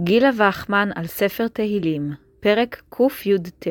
גילה וחמן על ספר תהילים, פרק קי"ט.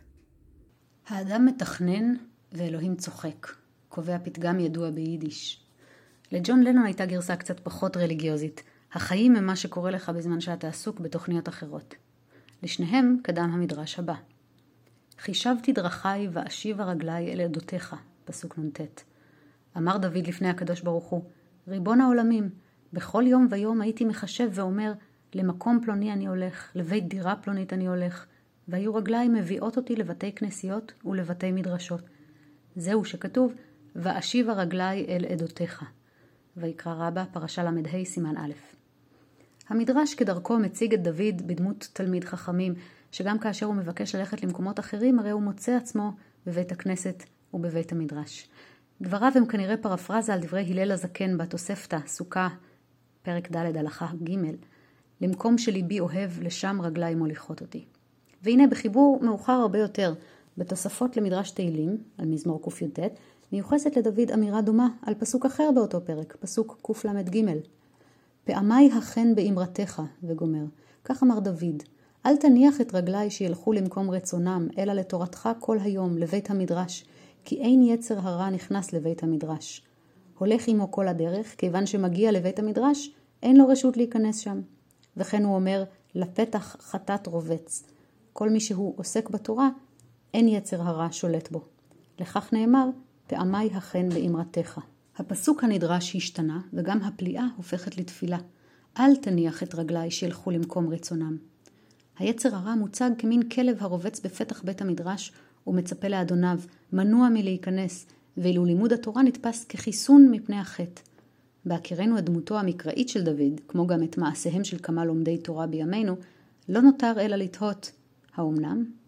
האדם מתכנן ואלוהים צוחק, קובע פתגם ידוע ביידיש. לג'ון לנון הייתה גרסה קצת פחות רליגיוזית. החיים הם מה שקורה לך בזמן שאתה עסוק בתוכניות אחרות. לשניהם קדם המדרש הבא. חישבתי דרכי ואשיבה רגלי אל עדותיך, פסוק נ"ט. אמר דוד לפני הקדוש ברוך הוא, ריבון העולמים, בכל יום ויום הייתי מחשב ואומר, למקום פלוני אני הולך, לבית דירה פלונית אני הולך, והיו רגלי מביאות אותי לבתי כנסיות ולבתי מדרשות. זהו שכתוב, ואשיבה רגלי אל עדותיך. ויקרא רבה, פרשה ל"ה, סימן א'. המדרש כדרכו מציג את דוד בדמות תלמיד חכמים, שגם כאשר הוא מבקש ללכת למקומות אחרים, הרי הוא מוצא עצמו בבית הכנסת ובבית המדרש. דבריו הם כנראה פרפרזה על דברי הלל הזקן בתוספתא, סוכה, פרק ד' הלכה ג', למקום שליבי אוהב, לשם רגלי מוליכות אותי. והנה בחיבור מאוחר הרבה יותר, בתוספות למדרש תהילים, על מזמור קי"ט, מיוחסת לדוד אמירה דומה על פסוק אחר באותו פרק, פסוק קל"ג. פעמי החן באמרתך, וגומר. כך אמר דוד, אל תניח את רגלי שילכו למקום רצונם, אלא לתורתך כל היום, לבית המדרש, כי אין יצר הרע נכנס לבית המדרש. הולך עמו כל הדרך, כיוון שמגיע לבית המדרש, אין לו רשות להיכנס שם. וכן הוא אומר, לפתח חטאת רובץ. כל מי שהוא עוסק בתורה, אין יצר הרע שולט בו. לכך נאמר, פעמי החן באמרתך. הפסוק הנדרש השתנה, וגם הפליאה הופכת לתפילה. אל תניח את רגלי שילכו למקום רצונם. היצר הרע מוצג כמין כלב הרובץ בפתח בית המדרש, ומצפה לאדוניו, מנוע מלהיכנס, ואילו לימוד התורה נתפס כחיסון מפני החטא. בהכירנו את דמותו המקראית של דוד, כמו גם את מעשיהם של כמה לומדי תורה בימינו, לא נותר אלא לתהות, האומנם?